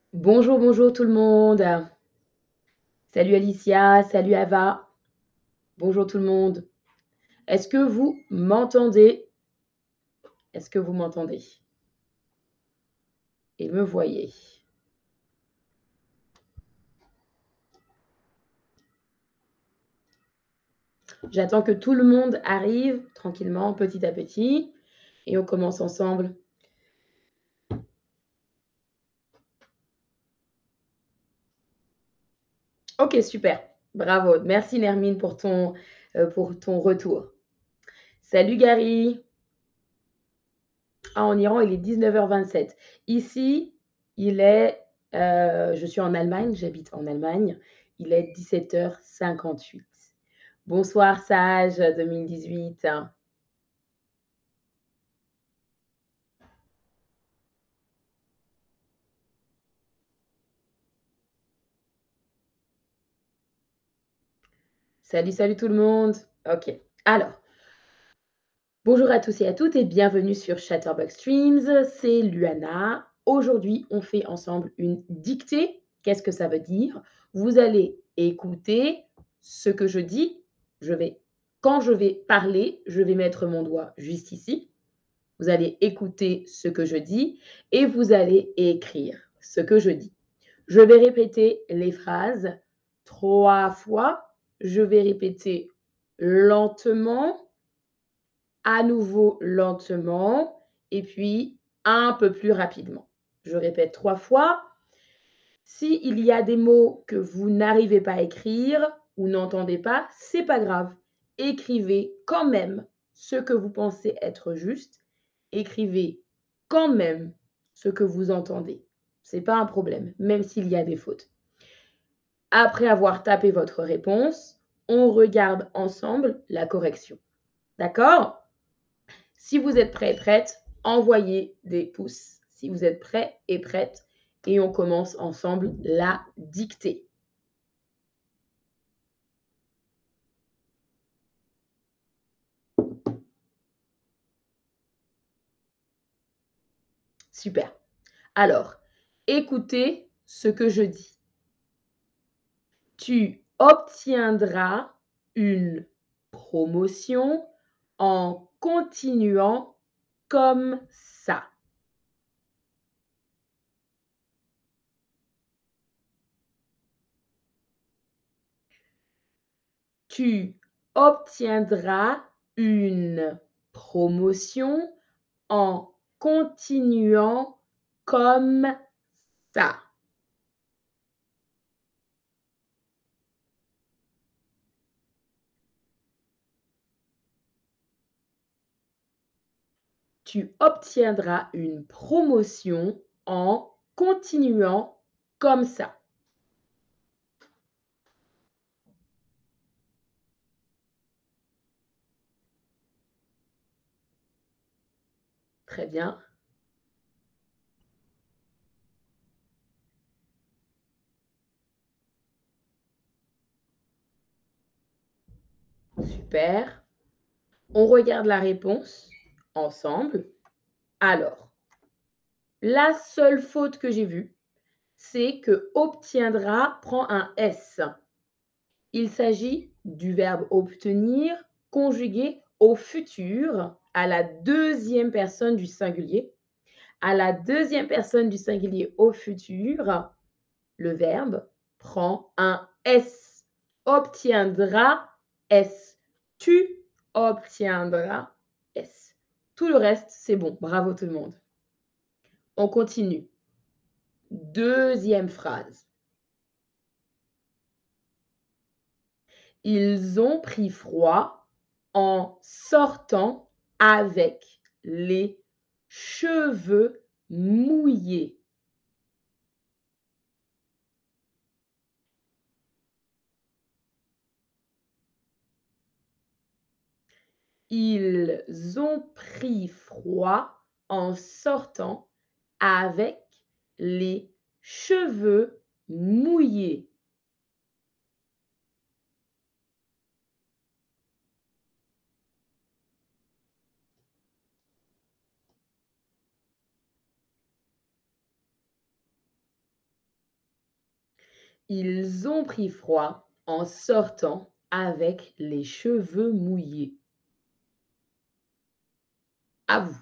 Bonjour, bonjour tout le monde. Salut Alicia, salut Ava. Bonjour tout le monde. Est-ce que vous m'entendez? Est-ce que vous m'entendez? Et me voyez? J'attends que tout le monde arrive tranquillement, petit à petit, et on commence ensemble. Ok, super. Bravo. Merci Nermine pour ton retour. Salut Gary. Ah, en Iran, il est 19h27. Ici, je suis en Allemagne, j'habite en Allemagne, il est 17h58. Bonsoir Sage 2018. Salut, salut tout le monde. Ok, alors, bonjour à tous et à toutes et bienvenue sur Chatterbox Streams, c'est Luana. Aujourd'hui, on fait ensemble une dictée. Qu'est-ce que ça veut dire? Vous allez écouter ce que je dis. Quand je vais parler, je vais mettre mon doigt juste ici. Vous allez écouter ce que je dis et vous allez écrire ce que je dis. Je vais répéter les phrases 3 fois. Je vais répéter lentement, à nouveau lentement et puis un peu plus rapidement. Je répète 3 fois. S'il y a des mots que vous n'arrivez pas à écrire ou n'entendez pas, c'est pas grave. Écrivez quand même ce que vous pensez être juste. Écrivez quand même ce que vous entendez. C'est pas un problème, même s'il y a des fautes. Après avoir tapé votre réponse, on regarde ensemble la correction. D'accord? Si vous êtes prêt et prête, envoyez des pouces. Si vous êtes prêt et prête, et on commence ensemble la dictée. Super. Alors, écoutez ce que je dis. Tu obtiendras une promotion en continuant comme ça. Tu obtiendras une promotion en continuant comme ça. Tu obtiendras une promotion en continuant comme ça. Très bien. Super. On regarde la réponse ensemble. Alors, la seule faute que j'ai vue, c'est que obtiendra prend un S. Il s'agit du verbe obtenir conjugué au futur à la deuxième personne du singulier. À la deuxième personne du singulier au futur, le verbe prend un S. Obtiendra S. Tu obtiendras S. Tout le reste, c'est bon. Bravo tout le monde. On continue. Deuxième phrase. Ils ont pris froid en sortant avec les cheveux mouillés. Ils ont pris froid en sortant avec les cheveux mouillés. Ils ont pris froid en sortant avec les cheveux mouillés. À vous.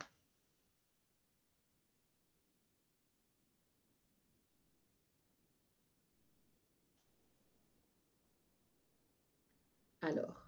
Alors.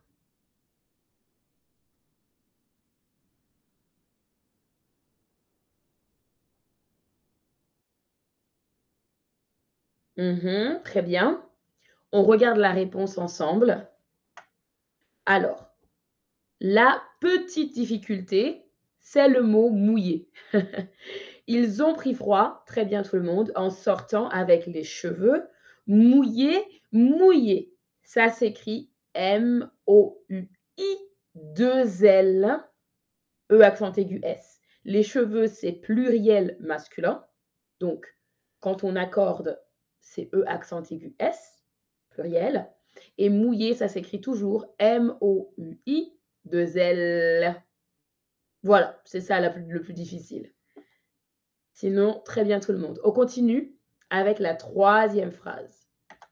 Très bien. On regarde la réponse ensemble. Alors, la petite difficulté, c'est le mot mouillé. Ils ont pris froid, très bien tout le monde, en sortant avec les cheveux mouillés, mouillés. Ça s'écrit M-O-U-I, 2 L, E accent aigu S. Les cheveux, c'est pluriel masculin. Donc, quand on accorde, c'est E accent aigu S, pluriel. Et mouillé, ça s'écrit toujours M-O-U-I, 2 L. Voilà, c'est ça le plus difficile. Sinon, très bien tout le monde. On continue avec la troisième phrase.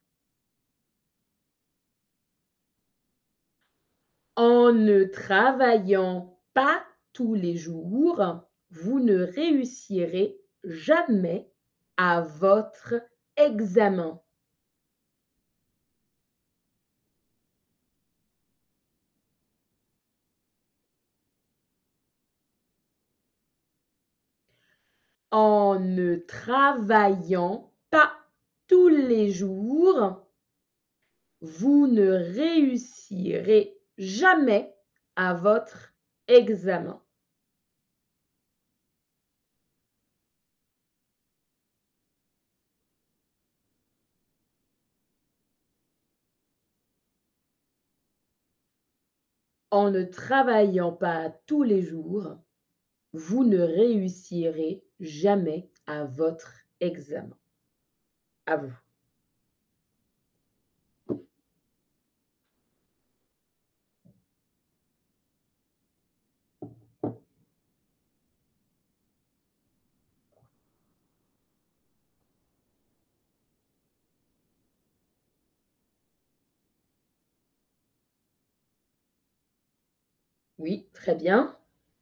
En ne travaillant pas tous les jours, vous ne réussirez jamais à votre examen. En ne travaillant pas tous les jours, vous ne réussirez jamais à votre examen. En ne travaillant pas tous les jours, vous ne réussirez jamais à votre examen. À vous. Oui, très bien.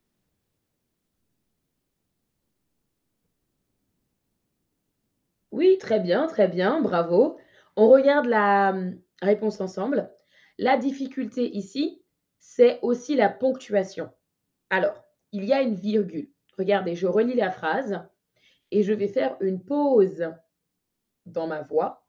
Oui, très bien, bravo. On regarde la réponse ensemble. La difficulté ici, c'est aussi la ponctuation. Alors, il y a une virgule. Regardez, je relis la phrase et je vais faire une pause dans ma voix.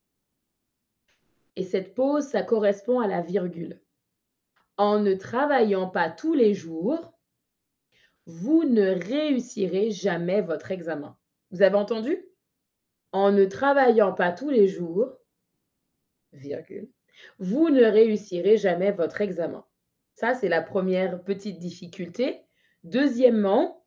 Et cette pause, ça correspond à la virgule. En ne travaillant pas tous les jours, vous ne réussirez jamais votre examen. Vous avez entendu? En ne travaillant pas tous les jours, virgule, vous ne réussirez jamais votre examen. Ça, c'est la première petite difficulté. Deuxièmement,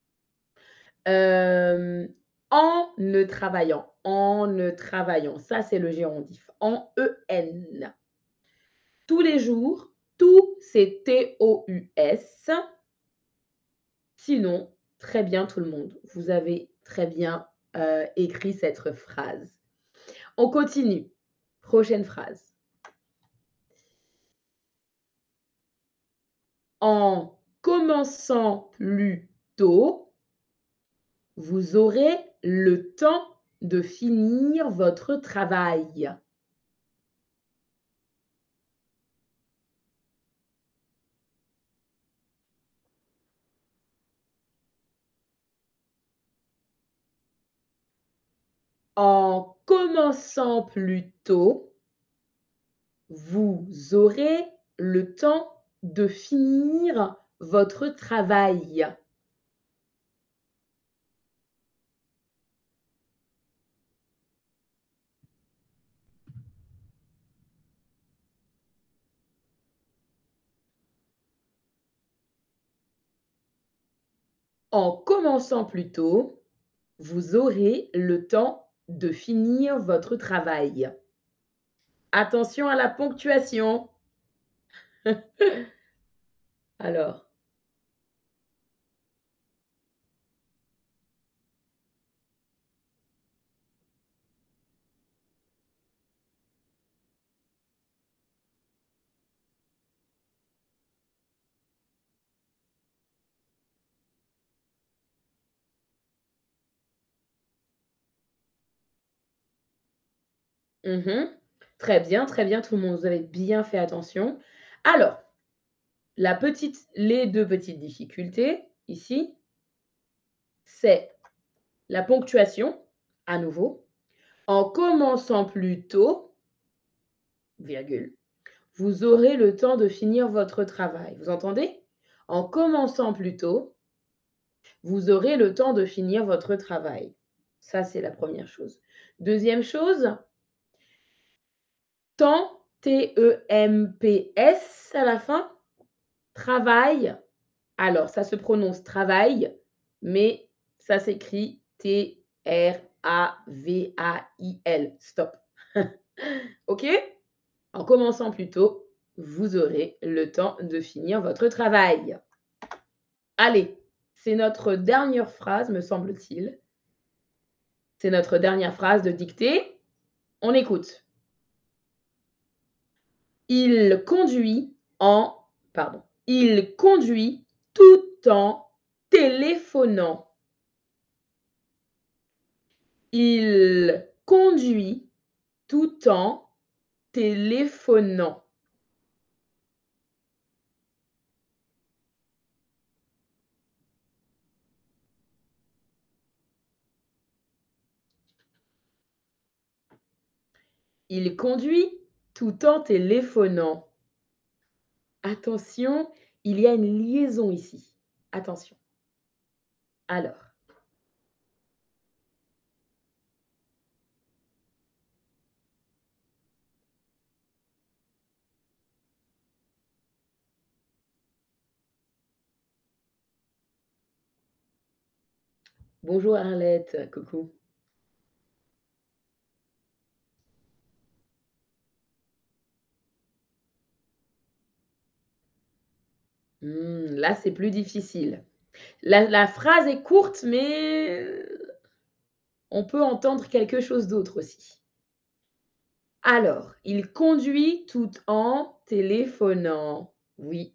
en ne travaillant, ça, c'est le gérondif, en EN. Tous les jours, tout, c'est T-O-U-S. Sinon, très bien tout le monde. Vous avez très bien écrit cette phrase. On continue. Prochaine phrase. En commençant plus tôt, vous aurez le temps de finir votre travail. En commençant plus tôt, vous aurez le temps de finir votre travail. En commençant plus tôt, vous aurez le temps de finir votre travail. Attention à la ponctuation. Alors, Mmh. Très bien, tout le monde, vous avez bien fait attention. Alors, les 2 petites difficultés ici, c'est la ponctuation, à nouveau. En commençant plus tôt, virgule, vous aurez le temps de finir votre travail. Vous entendez? En commençant plus tôt, vous aurez le temps de finir votre travail. Ça, c'est la première chose. Deuxième chose, temps, T-E-M-P-S à la fin, travail. Alors, ça se prononce travail, mais ça s'écrit T-R-A-V-A-I-L. Stop. OK? En commençant plus tôt, vous aurez le temps de finir votre travail. Allez, c'est notre dernière phrase, me semble-t-il. C'est notre dernière phrase de dictée. On écoute. Il conduit en pardon. Il conduit tout en téléphonant. Il conduit tout en téléphonant. Il conduit tout en téléphonant. Attention, il y a une liaison ici. Attention. Alors, bonjour Arlette, coucou. Là, c'est plus difficile. La phrase est courte, mais on peut entendre quelque chose d'autre aussi. Alors, il conduit tout en téléphonant. Oui,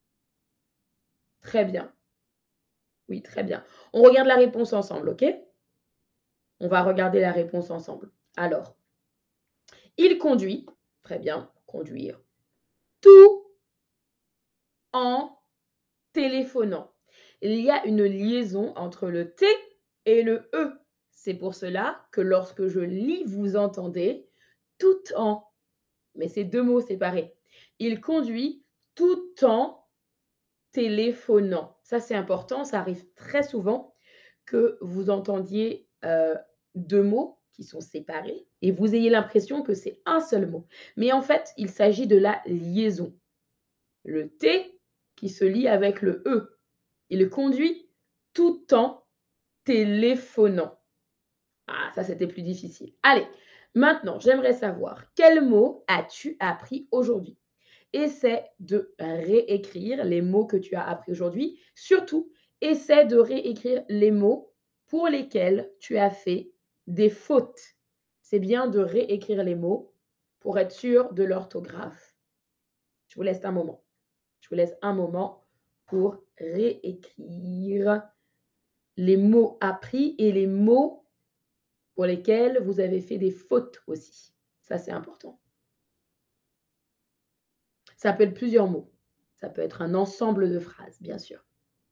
très bien. Oui, très bien. On regarde la réponse ensemble, OK? On va regarder la réponse ensemble. Alors, il conduit, très bien, conduire, tout en téléphonant. Il y a une liaison entre le T et le E. C'est pour cela que lorsque je lis, vous entendez tout en, mais c'est 2 mots séparés. Il conduit tout en téléphonant. Ça, c'est important, ça arrive très souvent que vous entendiez, 2 mots qui sont séparés et vous ayez l'impression que c'est un seul mot. Mais en fait, il s'agit de la liaison. Le T qui se lie avec le E. Il conduit tout en téléphonant. Ah, ça, c'était plus difficile. Allez, maintenant, j'aimerais savoir quel mot as-tu appris aujourd'hui? Essaie de réécrire les mots que tu as appris aujourd'hui. Surtout, essaie de réécrire les mots pour lesquels tu as fait des fautes. C'est bien de réécrire les mots pour être sûr de l'orthographe. Je vous laisse un moment. Je vous laisse un moment pour réécrire les mots appris et les mots pour lesquels vous avez fait des fautes aussi. Ça, c'est important. Ça peut être plusieurs mots. Ça peut être un ensemble de phrases, bien sûr.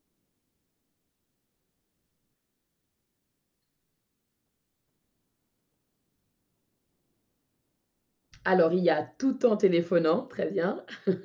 Alors, il y a tout en téléphonant, très bien.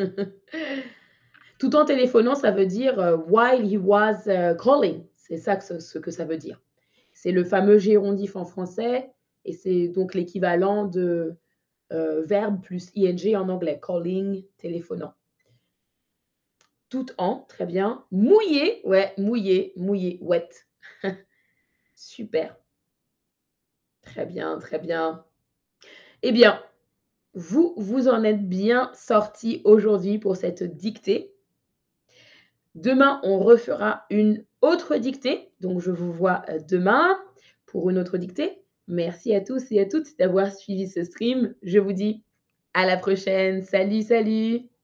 Tout en téléphonant, ça veut dire, while he was, calling. C'est ça que ce que ça veut dire. C'est le fameux gérondif en français et c'est donc l'équivalent de, verbe plus ing en anglais, calling, téléphonant. Tout en, très bien. Mouillé, ouais, mouillé, mouillé, wet. Super, très bien, très bien. Eh bien, vous en êtes bien sortis aujourd'hui pour cette dictée. Demain, on refera une autre dictée. Donc, je vous vois demain pour une autre dictée. Merci à tous et à toutes d'avoir suivi ce stream. Je vous dis à la prochaine. Salut, salut.